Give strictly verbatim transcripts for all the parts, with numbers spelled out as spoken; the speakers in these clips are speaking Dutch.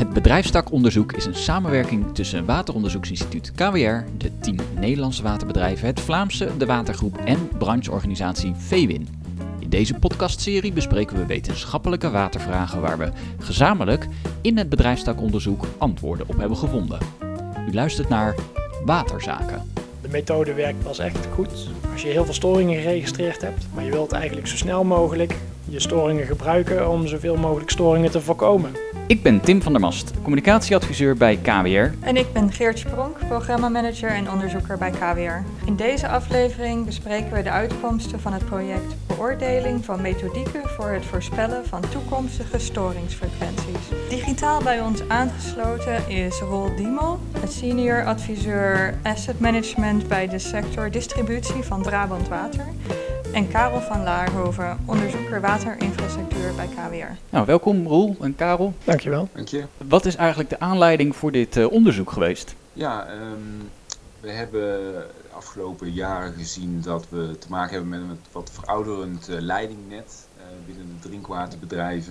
Het bedrijfstakonderzoek is een samenwerking tussen het Wateronderzoeksinstituut K W R, de tien Nederlandse waterbedrijven, het Vlaamse De Watergroep en brancheorganisatie Veewin. In deze podcastserie bespreken we wetenschappelijke watervragen waar we gezamenlijk in het bedrijfstakonderzoek antwoorden op hebben gevonden. U luistert naar Waterzaken. De methode werkt pas echt goed als je heel veel storingen geregistreerd hebt, maar je wilt eigenlijk zo snel mogelijk je storingen gebruiken om zoveel mogelijk storingen te voorkomen. Ik ben Tim van der Mast, communicatieadviseur bij K W R. En ik ben Geertje Pronk, programmamanager en onderzoeker bij K W R. In deze aflevering bespreken we de uitkomsten van het project Beoordeling van methodieken voor het voorspellen van toekomstige storingsfrequenties. Digitaal bij ons aangesloten is Roel Diemel, het senior adviseur Asset Management bij de sector distributie van Brabant Water. En Karel van Laarhoven, onderzoeker waterinfrastructuur bij K W R. Nou, welkom Roel en Karel. Dankjewel. Dank je. Wat is eigenlijk de aanleiding voor dit uh, onderzoek geweest? Ja, um, we hebben de afgelopen jaren gezien dat we te maken hebben met een wat verouderend uh, leidingnet uh, binnen de drinkwaterbedrijven.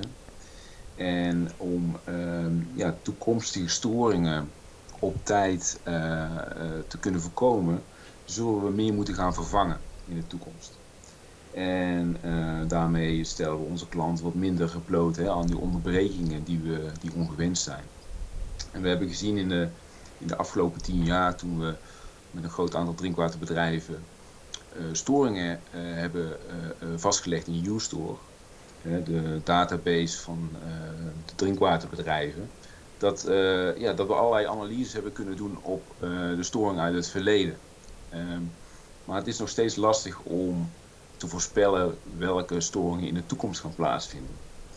En om um, ja, toekomstige storingen op tijd uh, uh, te kunnen voorkomen, zullen we meer moeten gaan vervangen in de toekomst. En uh, daarmee stellen we onze klant wat minder gebloot hè, aan die onderbrekingen die, we, die ongewenst zijn. En we hebben gezien in de, in de afgelopen tien jaar, toen we met een groot aantal drinkwaterbedrijven uh, storingen uh, hebben uh, uh, vastgelegd in U-Store, uh, de database van uh, de drinkwaterbedrijven, dat, uh, ja, dat we allerlei analyses hebben kunnen doen op uh, de storingen uit het verleden. Um, maar het is nog steeds lastig om te voorspellen welke storingen in de toekomst gaan plaatsvinden.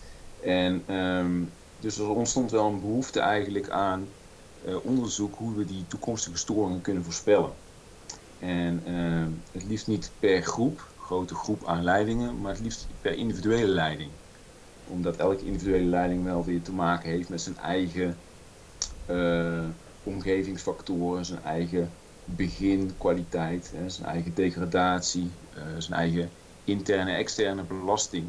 En um, dus er ontstond wel een behoefte eigenlijk aan uh, onderzoek hoe we die toekomstige storingen kunnen voorspellen. En uh, het liefst niet per groep, grote groep aan leidingen, maar het liefst per individuele leiding. Omdat elke individuele leiding wel weer te maken heeft met zijn eigen uh, omgevingsfactoren, zijn eigen beginkwaliteit, hè, zijn eigen degradatie, uh, zijn eigen interne en externe belasting.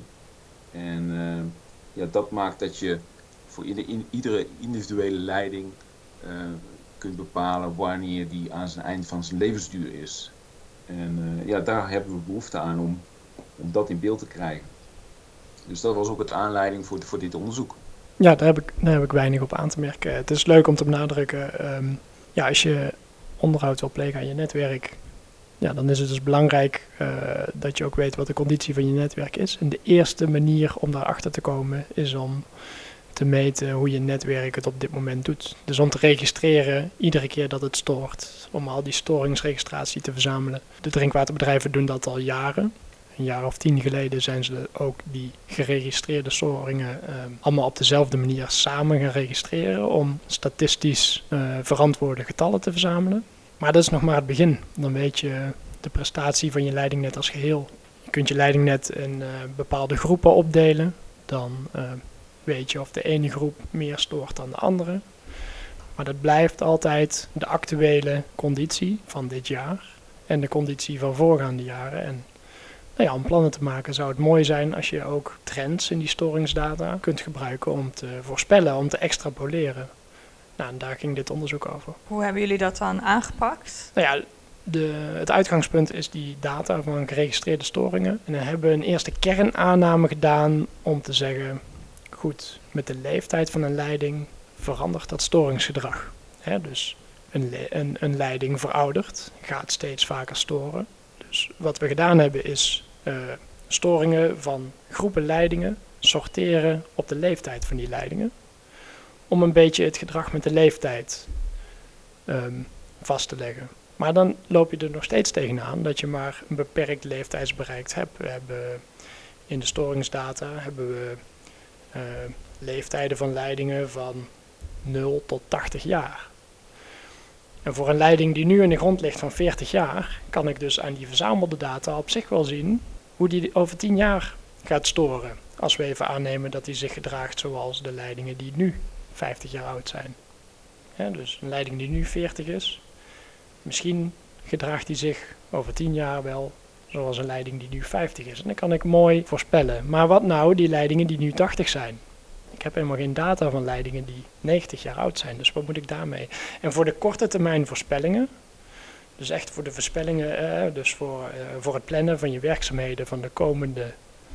En uh, ja, dat maakt dat je voor ieder, in, iedere individuele leiding uh, kunt bepalen wanneer die aan zijn eind van zijn levensduur is. En uh, ja, daar hebben we behoefte aan om, om dat in beeld te krijgen. Dus dat was ook het aanleiding voor, voor dit onderzoek. Ja, daar heb, ik, daar heb ik weinig op aan te merken. Het is leuk om te benadrukken, um, ja, als je onderhoud wil plegen aan je netwerk, ja, dan is het dus belangrijk uh, dat je ook weet wat de conditie van je netwerk is. En de eerste manier om daarachter te komen is om te meten hoe je netwerk het op dit moment doet. Dus om te registreren iedere keer dat het stoort, om al die storingsregistratie te verzamelen. De drinkwaterbedrijven doen dat al jaren. Een jaar of tien geleden zijn ze ook die geregistreerde storingen uh, allemaal op dezelfde manier samen gaan registreren om statistisch uh, verantwoorde getallen te verzamelen. Maar dat is nog maar het begin. Dan weet je de prestatie van je leidingnet als geheel. Je kunt je leidingnet in uh, bepaalde groepen opdelen. Dan uh, weet je of de ene groep meer stoort dan de andere. Maar dat blijft altijd de actuele conditie van dit jaar en de conditie van voorgaande jaren. En nou ja, om plannen te maken zou het mooi zijn als je ook trends in die storingsdata kunt gebruiken om te voorspellen, om te extrapoleren. Nou, en daar ging dit onderzoek over. Hoe hebben jullie dat dan aangepakt? Nou ja, de, het uitgangspunt is die data van geregistreerde storingen. En dan hebben we een eerste kernaanname gedaan om te zeggen, goed, met de leeftijd van een leiding verandert dat storingsgedrag. He, dus een, le- een, een leiding veroudert, gaat steeds vaker storen. Dus wat we gedaan hebben is uh, storingen van groepen leidingen sorteren op de leeftijd van die leidingen. Om een beetje het gedrag met de leeftijd um, vast te leggen. Maar dan loop je er nog steeds tegenaan dat je maar een beperkt leeftijdsbereik hebt. We hebben in de storingsdata hebben we uh, leeftijden van leidingen van nul tot tachtig jaar. En voor een leiding die nu in de grond ligt van veertig jaar, kan ik dus aan die verzamelde data op zich wel zien hoe die over tien jaar gaat storen. Als we even aannemen dat die zich gedraagt zoals de leidingen die nu vijftig jaar oud zijn. Ja, dus een leiding die nu veertig is, misschien gedraagt die zich over tien jaar wel zoals een leiding die nu vijftig is. En dat kan ik mooi voorspellen. Maar wat nou die leidingen die nu tachtig zijn? Ik heb helemaal geen data van leidingen die negentig jaar oud zijn. Dus wat moet ik daarmee? En voor de korte termijn voorspellingen, dus echt voor de voorspellingen, eh, dus voor, uh, voor het plannen van je werkzaamheden van de komende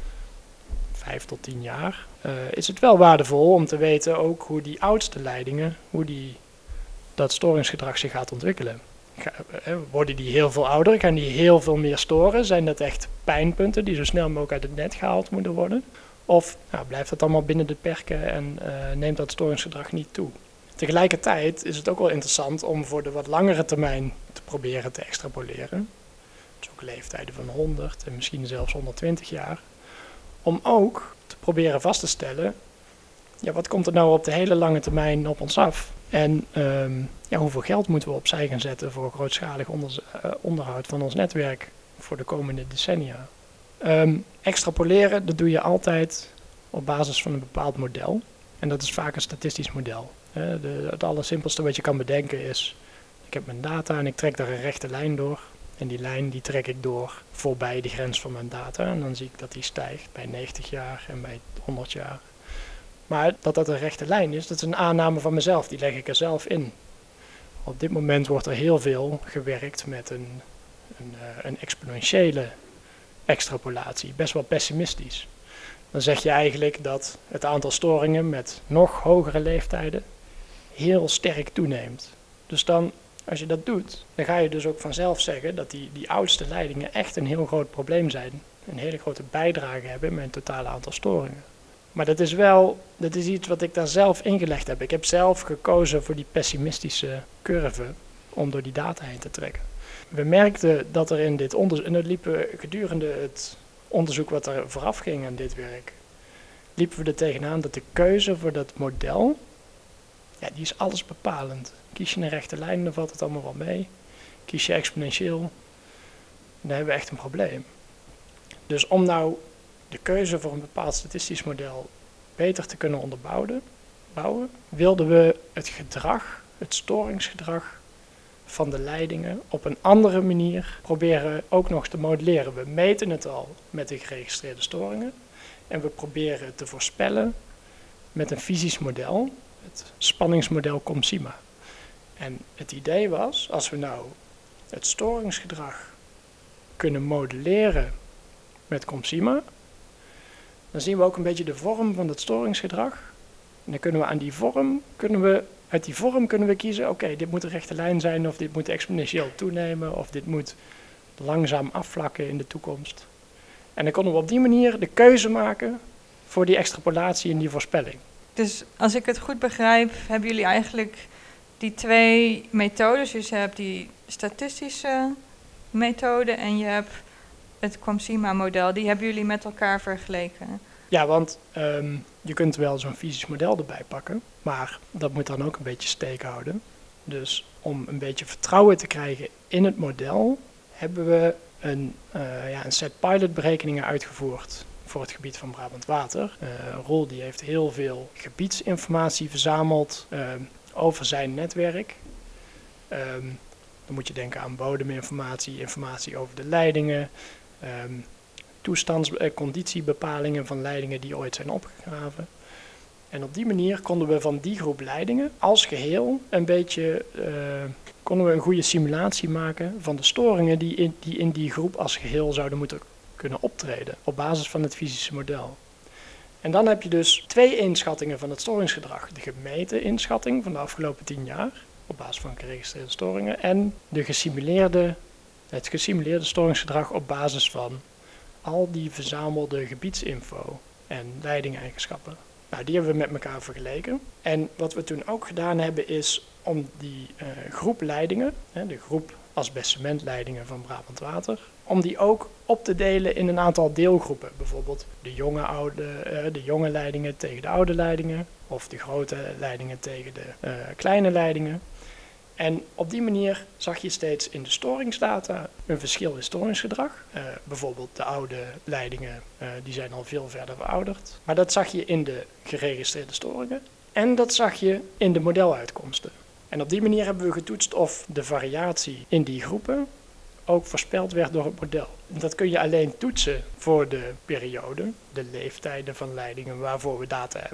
vijf tot tien jaar, uh, is het wel waardevol om te weten ook hoe die oudste leidingen, hoe die, dat storingsgedrag zich gaat ontwikkelen. Ga, uh, worden die heel veel ouder? Gaan die heel veel meer storen? Zijn dat echt pijnpunten die zo snel mogelijk uit het net gehaald moeten worden? Of nou, blijft dat allemaal binnen de perken en uh, neemt dat storingsgedrag niet toe? Tegelijkertijd is het ook wel interessant om voor de wat langere termijn te proberen te extrapoleren. Dus ook leeftijden van honderd en misschien zelfs honderdtwintig jaar. Om ook te proberen vast te stellen, ja, wat komt er nou op de hele lange termijn op ons af? En um, ja, hoeveel geld moeten we opzij gaan zetten voor grootschalig onder, uh, onderhoud van ons netwerk voor de komende decennia? Um, extrapoleren, dat doe je altijd op basis van een bepaald model. En dat is vaak een statistisch model. Uh, de, het allersimpelste wat je kan bedenken is, ik heb mijn data en ik trek daar een rechte lijn door. En die lijn die trek ik door voorbij de grens van mijn data. En dan zie ik dat die stijgt bij negentig jaar en bij honderd jaar. Maar dat dat een rechte lijn is, dat is een aanname van mezelf. Die leg ik er zelf in. Op dit moment wordt er heel veel gewerkt met een, een, uh, een exponentiële extrapolatie. Best wel pessimistisch. Dan zeg je eigenlijk dat het aantal storingen met nog hogere leeftijden heel sterk toeneemt. Dus dan, als je dat doet, dan ga je dus ook vanzelf zeggen dat die, die oudste leidingen echt een heel groot probleem zijn. Een hele grote bijdrage hebben met het totale aantal storingen. Maar dat is wel, dat is iets wat ik daar zelf ingelegd heb. Ik heb zelf gekozen voor die pessimistische curve om door die data heen te trekken. We merkten dat er in dit onderzoek, en dat liepen gedurende het onderzoek wat er vooraf ging aan dit werk, liepen we er tegenaan dat de keuze voor dat model, ja, die is alles bepalend. Kies je een rechte lijn, dan valt het allemaal wel mee. Kies je exponentieel, dan hebben we echt een probleem. Dus om nou de keuze voor een bepaald statistisch model beter te kunnen onderbouwen, bouwen, wilden we het gedrag, het storingsgedrag van de leidingen op een andere manier proberen ook nog te modelleren. We meten het al met de geregistreerde storingen en we proberen het te voorspellen met een fysisch model, het spanningsmodel COMSIMA. En het idee was, als we nou het storingsgedrag kunnen modelleren met COMSIMA, dan zien we ook een beetje de vorm van het storingsgedrag. En dan kunnen we aan die vorm, kunnen we, uit die vorm kunnen we kiezen, oké, okay, dit moet een rechte lijn zijn, of dit moet exponentieel toenemen, of dit moet langzaam afvlakken in de toekomst. En dan konden we op die manier de keuze maken voor die extrapolatie en die voorspelling. Dus als ik het goed begrijp, hebben jullie eigenlijk die twee methodes. Dus je hebt die statistische methode en je hebt het COMSIMA-model. Die hebben jullie met elkaar vergeleken. Ja, want um, je kunt wel zo'n fysisch model erbij pakken, maar dat moet dan ook een beetje steek houden. Dus om een beetje vertrouwen te krijgen in het model, hebben we een, uh, ja, een set pilotberekeningen uitgevoerd voor het gebied van Brabant Water. Uh, Roel die heeft heel veel gebiedsinformatie verzameld uh, over zijn netwerk. Um, dan moet je denken aan bodeminformatie, informatie over de leidingen, um, toestands- en conditiebepalingen van leidingen die ooit zijn opgegraven. En op die manier konden we van die groep leidingen als geheel een beetje, uh, konden we een goede simulatie maken van de storingen die in, die in die groep als geheel zouden moeten kunnen optreden op basis van het fysische model. En dan heb je dus twee inschattingen van het storingsgedrag. De gemeten inschatting van de afgelopen tien jaar op basis van geregistreerde storingen en de gesimuleerde, het gesimuleerde storingsgedrag op basis van al die verzamelde gebiedsinfo en leidingeigenschappen. Nou, die hebben we met elkaar vergeleken. En wat we toen ook gedaan hebben is om die uh, groep leidingen, hè, de groep asbestcementleidingen van Brabant Water, om die ook op te delen in een aantal deelgroepen. Bijvoorbeeld de jonge, oude, uh, de jonge leidingen tegen de oude leidingen of de grote leidingen tegen de uh, kleine leidingen. En op die manier zag je steeds in de storingsdata een verschil in storingsgedrag. Uh, bijvoorbeeld de oude leidingen, uh, die zijn al veel verder verouderd. Maar dat zag je in de geregistreerde storingen en dat zag je in de modeluitkomsten. En op die manier hebben we getoetst of de variatie in die groepen ook voorspeld werd door het model. En dat kun je alleen toetsen voor de periode, de leeftijden van leidingen waarvoor we data hebben.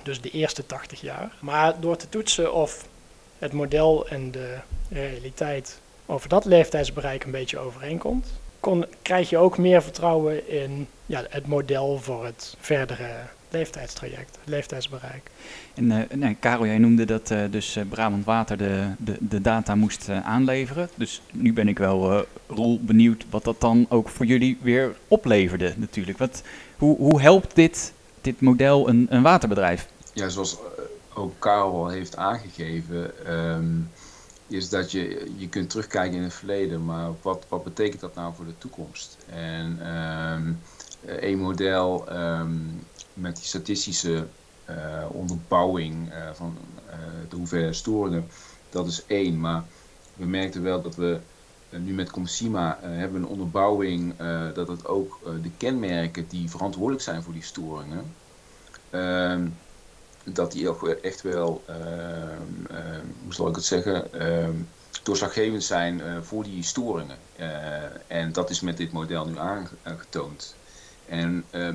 dus de eerste tachtig jaar. Maar door te toetsen of het model en de realiteit over dat leeftijdsbereik een beetje overeenkomt, kon, krijg je ook meer vertrouwen in ja, het model voor het verdere leeftijdstraject, het leeftijdsbereik. En uh, nee, Karel, jij noemde dat uh, dus uh, Brabant Water de, de, de data moest uh, aanleveren. Dus nu ben ik wel, uh, Roel, benieuwd wat dat dan ook voor jullie weer opleverde natuurlijk. Wat, hoe, hoe helpt dit, dit model een, een waterbedrijf? Ja, zoals uh, ook Karel al heeft aangegeven, um, is dat je, je kunt terugkijken in het verleden, maar wat, wat betekent dat nou voor de toekomst? En um, een model um, met die statistische uh, onderbouwing uh, van uh, de hoeveelheid storingen, dat is één. Maar we merkten wel dat we uh, nu met Comsima uh, hebben een onderbouwing uh, dat het ook uh, de kenmerken die verantwoordelijk zijn voor die storingen, uh, dat die ook echt wel, uh, uh, hoe zal ik het zeggen, uh, doorslaggevend zijn uh, voor die storingen. Uh, en dat is met dit model nu aangetoond. En uh,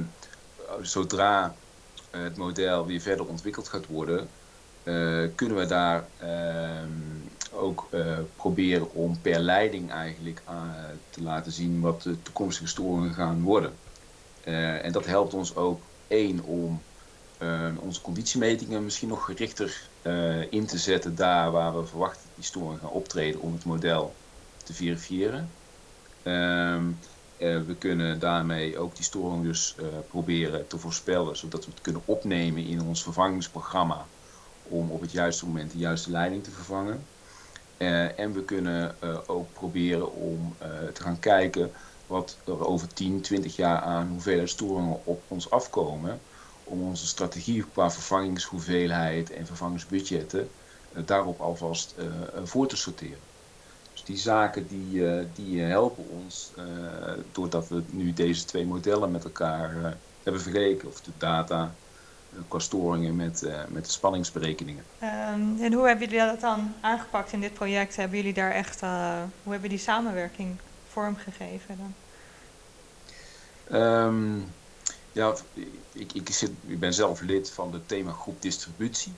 zodra uh, het model weer verder ontwikkeld gaat worden, uh, kunnen we daar uh, ook uh, proberen om per leiding eigenlijk uh, te laten zien wat de toekomstige storingen gaan worden. Uh, en dat helpt ons ook één om uh, onze conditiemetingen misschien nog gerichter uh, in te zetten daar waar we verwachten dat die storingen gaan optreden om het model te verifiëren. Uh, Uh, we kunnen daarmee ook die storing dus uh, proberen te voorspellen, zodat we het kunnen opnemen in ons vervangingsprogramma om op het juiste moment de juiste leiding te vervangen. Uh, en we kunnen uh, ook proberen om uh, te gaan kijken wat er over tien, twintig jaar aan hoeveelheid storingen op ons afkomen, om onze strategie qua vervangingshoeveelheid en vervangingsbudgetten uh, daarop alvast uh, uh, voor te sorteren. Dus die zaken die, uh, die helpen ons uh, doordat we nu deze twee modellen met elkaar uh, hebben vergeleken. Of de data uh, qua storingen met, uh, met de spanningsberekeningen. Um, en hoe hebben jullie dat dan aangepakt in dit project? Hebben jullie daar echt, uh, hoe hebben die samenwerking vormgegeven dan? Um, ja, ik, ik, zit, ik ben zelf lid van de themagroep distributie.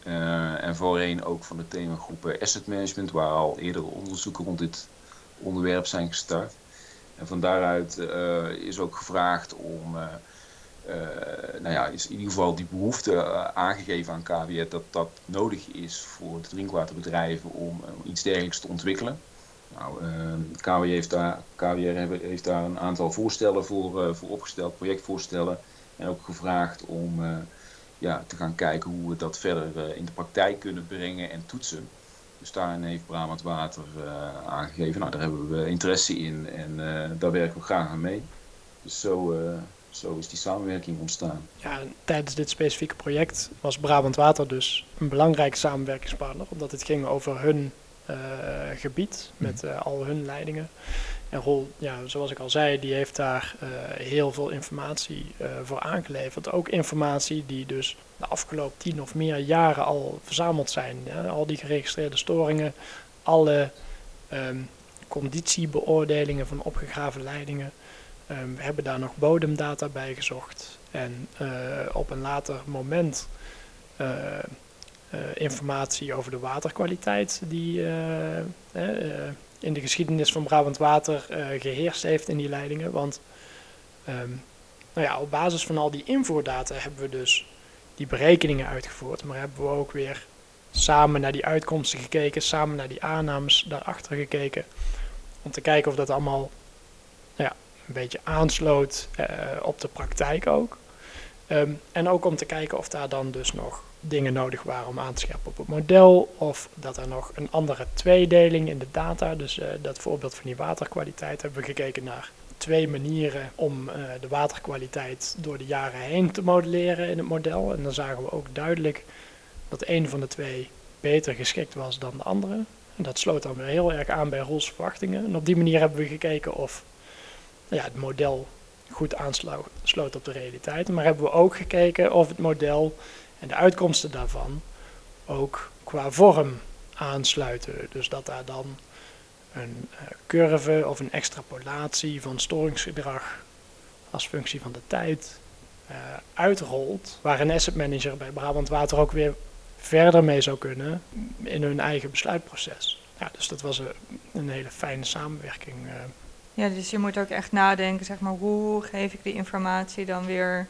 Uh, en voorheen ook van de themagroep asset management, waar al eerdere onderzoeken rond dit onderwerp zijn gestart. En van daaruit uh, is ook gevraagd om, uh, uh, nou ja, is in ieder geval die behoefte uh, aangegeven aan K W R dat dat nodig is voor de drinkwaterbedrijven om uh, iets dergelijks te ontwikkelen. Nou, uh, K W R heeft daar, K W R heeft daar een aantal voorstellen voor, uh, voor opgesteld, projectvoorstellen, en ook gevraagd om uh, ja, te gaan kijken hoe we dat verder uh, in de praktijk kunnen brengen en toetsen. Dus daarin heeft Brabant Water uh, aangegeven, nou daar hebben we interesse in en uh, daar werken we graag aan mee. Dus zo, uh, zo is die samenwerking ontstaan. Ja, tijdens dit specifieke project was Brabant Water dus een belangrijke samenwerkingspartner, omdat het ging over hun uh, gebied met uh, al hun leidingen. En Roel, ja, zoals ik al zei, die heeft daar uh, heel veel informatie uh, voor aangeleverd. Ook informatie die dus de afgelopen tien of meer jaren al verzameld zijn. Ja, al die geregistreerde storingen, alle um, conditiebeoordelingen van opgegraven leidingen. Um, we hebben daar nog bodemdata bij gezocht. En uh, op een later moment uh, uh, informatie over de waterkwaliteit die uh, uh, in de geschiedenis van Brabant Water uh, geheerst heeft in die leidingen. Want um, nou ja, op basis van al die invoerdata hebben we dus die berekeningen uitgevoerd. Maar hebben we ook weer samen naar die uitkomsten gekeken, samen naar die aannames daarachter gekeken. Om te kijken of dat allemaal nou ja, een beetje aansloot uh, op de praktijk ook. Um, en ook om te kijken of daar dan dus nog dingen nodig waren om aan te scherpen op het model, of dat er nog een andere tweedeling in de data, dus uh, dat voorbeeld van die waterkwaliteit, hebben we gekeken naar twee manieren om uh, de waterkwaliteit door de jaren heen te modelleren in het model. En dan zagen we ook duidelijk dat een van de twee beter geschikt was dan de andere. En dat sloot dan weer heel erg aan bij Roels verwachtingen. En op die manier hebben we gekeken of nou ja, het model goed aansloot op de realiteit. Maar hebben we ook gekeken of het model en de uitkomsten daarvan ook qua vorm aansluiten. Dus dat daar dan een uh, curve of een extrapolatie van storingsgedrag als functie van de tijd uh, uitrolt, waar een asset manager bij Brabant Water ook weer verder mee zou kunnen in hun eigen besluitproces. Ja, dus dat was een, een hele fijne samenwerking. Uh. Ja, dus je moet ook echt nadenken, zeg maar, hoe geef ik die informatie dan weer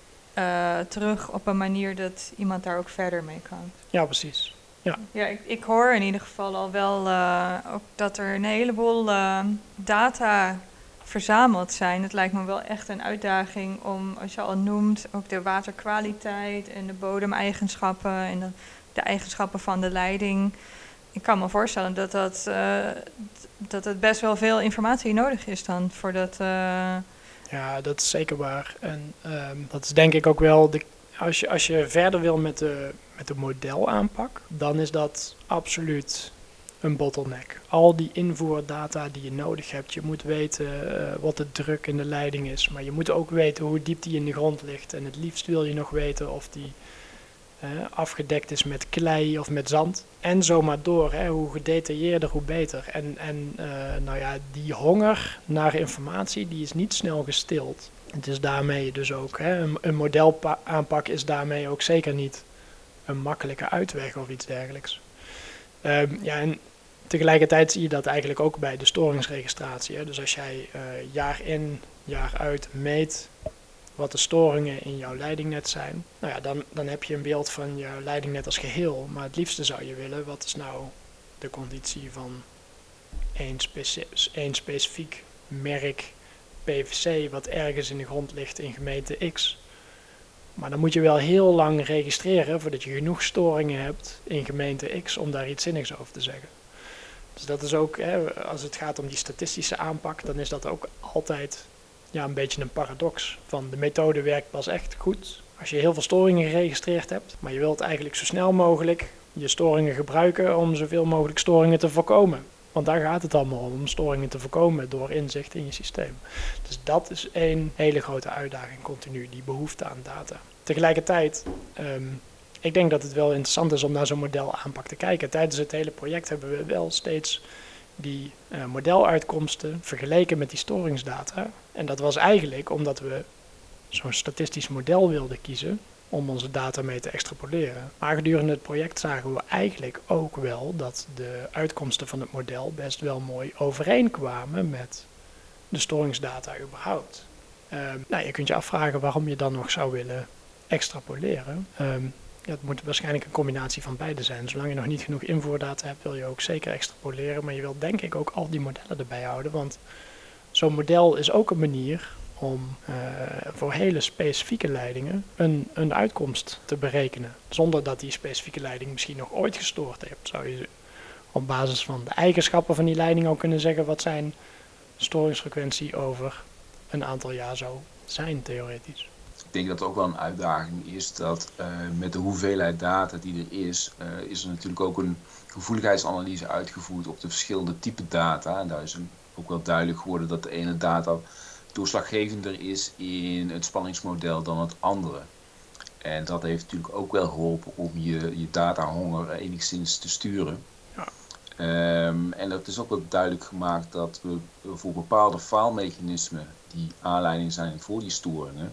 uh, terug op een manier dat iemand daar ook verder mee kan. Ja, precies. Ja, ja ik, ik hoor in ieder geval al wel uh, ook dat er een heleboel uh, data verzameld zijn. Het lijkt me wel echt een uitdaging om, als je al noemt, ook de waterkwaliteit en de bodemeigenschappen en de, de eigenschappen van de leiding. Ik kan me voorstellen dat, dat, uh, dat het best wel veel informatie nodig is dan voordat... Uh... Ja, dat is zeker waar. En um, dat is denk ik ook wel, de, als, je, als je verder wil met de, met de modelaanpak, dan is dat absoluut een bottleneck. Al die invoerdata die je nodig hebt, je moet weten uh, wat de druk in de leiding is, maar je moet ook weten hoe diep die in de grond ligt. En het liefst wil je nog weten of die uh, afgedekt is met klei of met zand. En zo maar door, hè. Hoe gedetailleerder, hoe beter. En, en uh, nou ja, die honger naar informatie, die is niet snel gestild. Het is daarmee dus ook, hè, een, een modelaanpak is daarmee ook zeker niet een makkelijke uitweg of iets dergelijks. Um, ja, en tegelijkertijd zie je dat eigenlijk ook bij de storingsregistratie. Hè. Dus als jij uh, jaar in, jaar uit meet wat de storingen in jouw leidingnet zijn, nou ja, dan, dan heb je een beeld van jouw leidingnet als geheel. Maar het liefste zou je willen, wat is nou de conditie van één, speci- één specifiek merk P V C wat ergens in de grond ligt in gemeente X. Maar dan moet je wel heel lang registreren voordat je genoeg storingen hebt in gemeente X om daar iets zinnigs over te zeggen. Dus dat is ook, hè, als het gaat om die statistische aanpak, dan is dat ook altijd ja, een beetje een paradox. Van de methode werkt pas echt goed als je heel veel storingen geregistreerd hebt, maar je wilt eigenlijk zo snel mogelijk je storingen gebruiken om zoveel mogelijk storingen te voorkomen. Want daar gaat het allemaal om, om storingen te voorkomen door inzicht in je systeem. Dus dat is één hele grote uitdaging continu, die behoefte aan data. Tegelijkertijd, um, ik denk dat het wel interessant is om naar zo'n modelaanpak te kijken. Tijdens het hele project hebben we wel steeds die uh, modeluitkomsten vergeleken met die storingsdata. En dat was eigenlijk omdat we zo'n statistisch model wilden kiezen om onze data mee te extrapoleren. Maar gedurende het project zagen we eigenlijk ook wel dat de uitkomsten van het model best wel mooi overeenkwamen met de storingsdata überhaupt. Um, nou, je kunt je afvragen waarom je dan nog zou willen extrapoleren. Um, ja, het moet waarschijnlijk een combinatie van beide zijn. Zolang je nog niet genoeg invoerdata hebt, wil je ook zeker extrapoleren. Maar je wilt denk ik ook al die modellen erbij houden. Want zo'n model is ook een manier om uh, voor hele specifieke leidingen een, een uitkomst te berekenen. Zonder dat die specifieke leiding misschien nog ooit gestoord heeft. Zou je op basis van de eigenschappen van die leiding ook kunnen zeggen wat zijn storingsfrequentie over een aantal jaar zou zijn, theoretisch. Ik denk dat het ook wel een uitdaging is dat uh, met de hoeveelheid data die er is, uh, is er natuurlijk ook een gevoeligheidsanalyse uitgevoerd op de verschillende type data. En daar is ook wel duidelijk geworden dat de ene data doorslaggevender is in het spanningsmodel dan het andere. En dat heeft natuurlijk ook wel geholpen om je, je datahonger enigszins te sturen. Ja. Um, en dat is ook wel duidelijk gemaakt dat we voor bepaalde faalmechanismen die aanleiding zijn voor die storingen,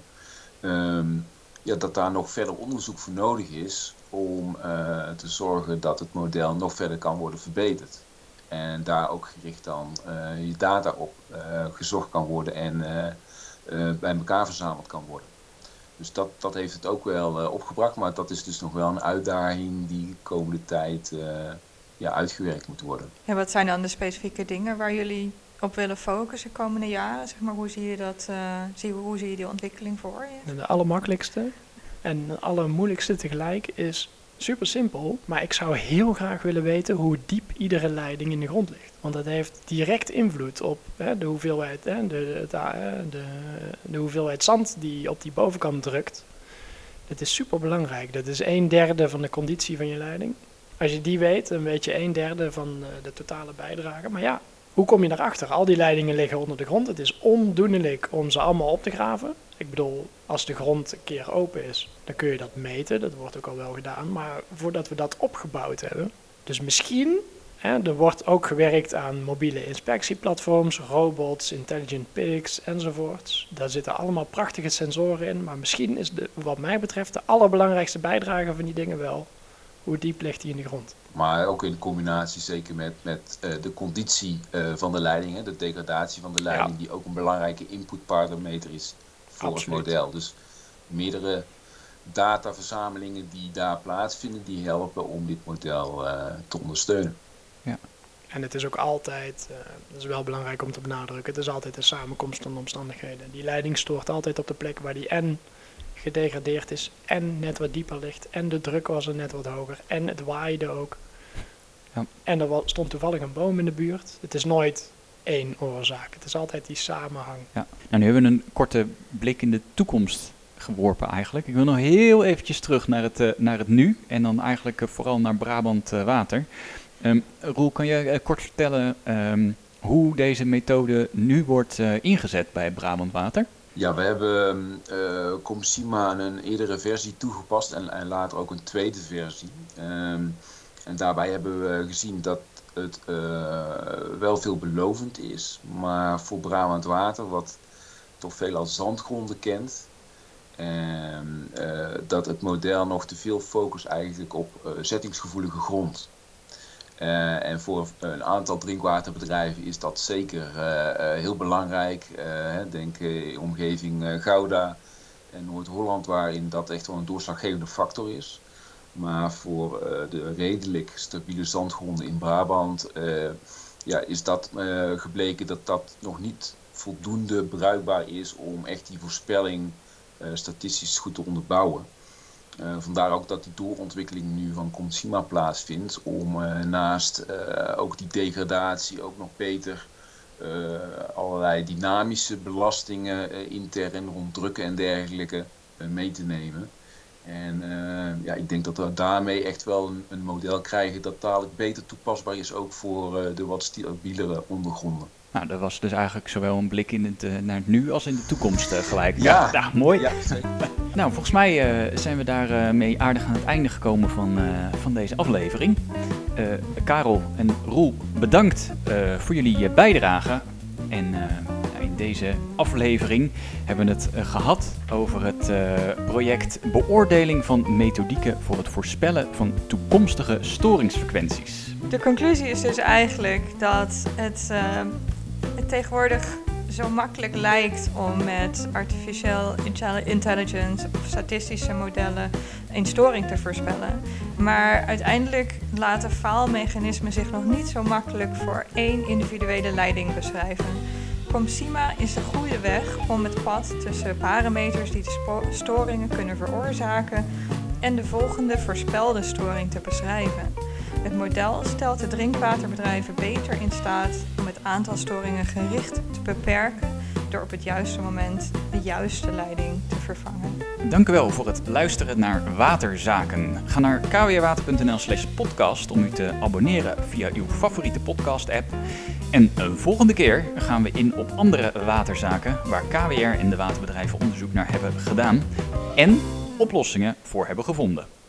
um, ja, dat daar nog verder onderzoek voor nodig is om uh, te zorgen dat het model nog verder kan worden verbeterd. En daar ook gericht dan uh, je data op uh, gezocht kan worden en uh, uh, bij elkaar verzameld kan worden. Dus dat, dat heeft het ook wel uh, opgebracht, maar dat is dus nog wel een uitdaging die de komende tijd uh, ja, uitgewerkt moet worden. En wat zijn dan de specifieke dingen waar jullie op willen focussen de komende jaren? Zeg maar, hoe zie je dat, uh, zie, hoe zie je die ontwikkeling voor je? De allermakkelijkste en de allermoeilijkste tegelijk is super simpel, maar ik zou heel graag willen weten hoe diep iedere leiding in de grond ligt. Want dat heeft direct invloed op hè, de, hoeveelheid, hè, de, de, de, de hoeveelheid zand die op die bovenkant drukt. Dat is super belangrijk. Dat is een derde van de conditie van je leiding. Als je die weet, dan weet je een derde van de totale bijdrage. Maar ja, hoe kom je daarachter? Al die leidingen liggen onder de grond. Het is ondoenlijk om ze allemaal op te graven. Ik bedoel, als de grond een keer open is, dan kun je dat meten. Dat wordt ook al wel gedaan. Maar voordat we dat opgebouwd hebben, dus misschien Hè, er wordt ook gewerkt aan mobiele inspectieplatforms, robots, intelligent pigs enzovoorts. Daar zitten allemaal prachtige sensoren in, maar misschien is de, wat mij betreft de allerbelangrijkste bijdrage van die dingen wel, hoe diep ligt die in de grond. Maar ook in combinatie zeker met, met uh, de conditie uh, van de leiding, hè, de degradatie van de leiding, ja. die ook een belangrijke inputparameter is voor Absoluut. het model. Dus meerdere dataverzamelingen die daar plaatsvinden, die helpen om dit model uh, te ondersteunen. Ja. En het is ook altijd, uh, dat is wel belangrijk om te benadrukken, het is altijd een samenkomst van omstandigheden. Die leiding stoort altijd op de plek waar die en gedegradeerd is en net wat dieper ligt en de druk was er net wat hoger en het waaide ook. Ja. En er was, stond toevallig een boom in de buurt. Het is nooit één oorzaak, het is altijd die samenhang. Ja. Nou, nu hebben we een korte blik in de toekomst geworpen eigenlijk. Ik wil nog heel eventjes terug naar het, uh, naar het nu en dan eigenlijk uh, vooral naar Brabant uh, Water. Um, Roel, kan je uh, kort vertellen um, hoe deze methode nu wordt uh, ingezet bij Brabant Water? Ja, we hebben uh, ComSima een eerdere versie toegepast en, en later ook een tweede versie. Um, en daarbij hebben we gezien dat het uh, wel veelbelovend is, maar voor Brabant Water, wat toch veelal zandgronden kent, en uh, dat het model nog te veel focust eigenlijk op uh, zettingsgevoelige grond. Uh, en voor een aantal drinkwaterbedrijven is dat zeker uh, uh, heel belangrijk. Uh, denk uh, omgeving uh, Gouda en Noord-Holland, waarin dat echt wel een doorslaggevende factor is. Maar voor uh, de redelijk stabiele zandgronden in Brabant uh, ja, is dat uh, gebleken dat dat nog niet voldoende bruikbaar is om echt die voorspelling uh, statistisch goed te onderbouwen. Uh, vandaar ook dat die doorontwikkeling nu van ComSima plaatsvindt om uh, naast uh, ook die degradatie ook nog beter uh, allerlei dynamische belastingen uh, intern rond drukken en dergelijke uh, mee te nemen. En uh, ja, ik denk dat we daarmee echt wel een, een model krijgen dat dadelijk beter toepasbaar is ook voor uh, de wat stabielere ondergronden. Nou, dat was dus eigenlijk zowel een blik in het, uh, naar het nu als in de toekomst uh, gelijk. Ja, ja, mooi. Ja, zeker. Nou, volgens mij uh, zijn we daarmee uh, aardig aan het einde gekomen van, uh, van deze aflevering. Uh, Karel en Roel, bedankt uh, voor jullie uh, bijdrage. En uh, in deze aflevering hebben we het uh, gehad over het uh, project beoordeling van methodieken voor het voorspellen van toekomstige storingsfrequenties. De conclusie is dus eigenlijk dat het, uh, het tegenwoordig zo makkelijk lijkt om met artificial intelligence of statistische modellen een storing te voorspellen. Maar uiteindelijk laten faalmechanismen zich nog niet zo makkelijk voor één individuele leiding beschrijven. ComSima is de goede weg om het pad tussen parameters die de spo- storingen kunnen veroorzaken en de volgende voorspelde storing te beschrijven. Het model stelt de drinkwaterbedrijven beter in staat om het aantal storingen gericht te beperken door op het juiste moment de juiste leiding te vervangen. Dank u wel voor het luisteren naar Waterzaken. Ga naar k w r water punt n l slash podcast om u te abonneren via uw favoriete podcast-app. En een volgende keer gaan we in op andere waterzaken waar K W R en de waterbedrijven onderzoek naar hebben gedaan en oplossingen voor hebben gevonden.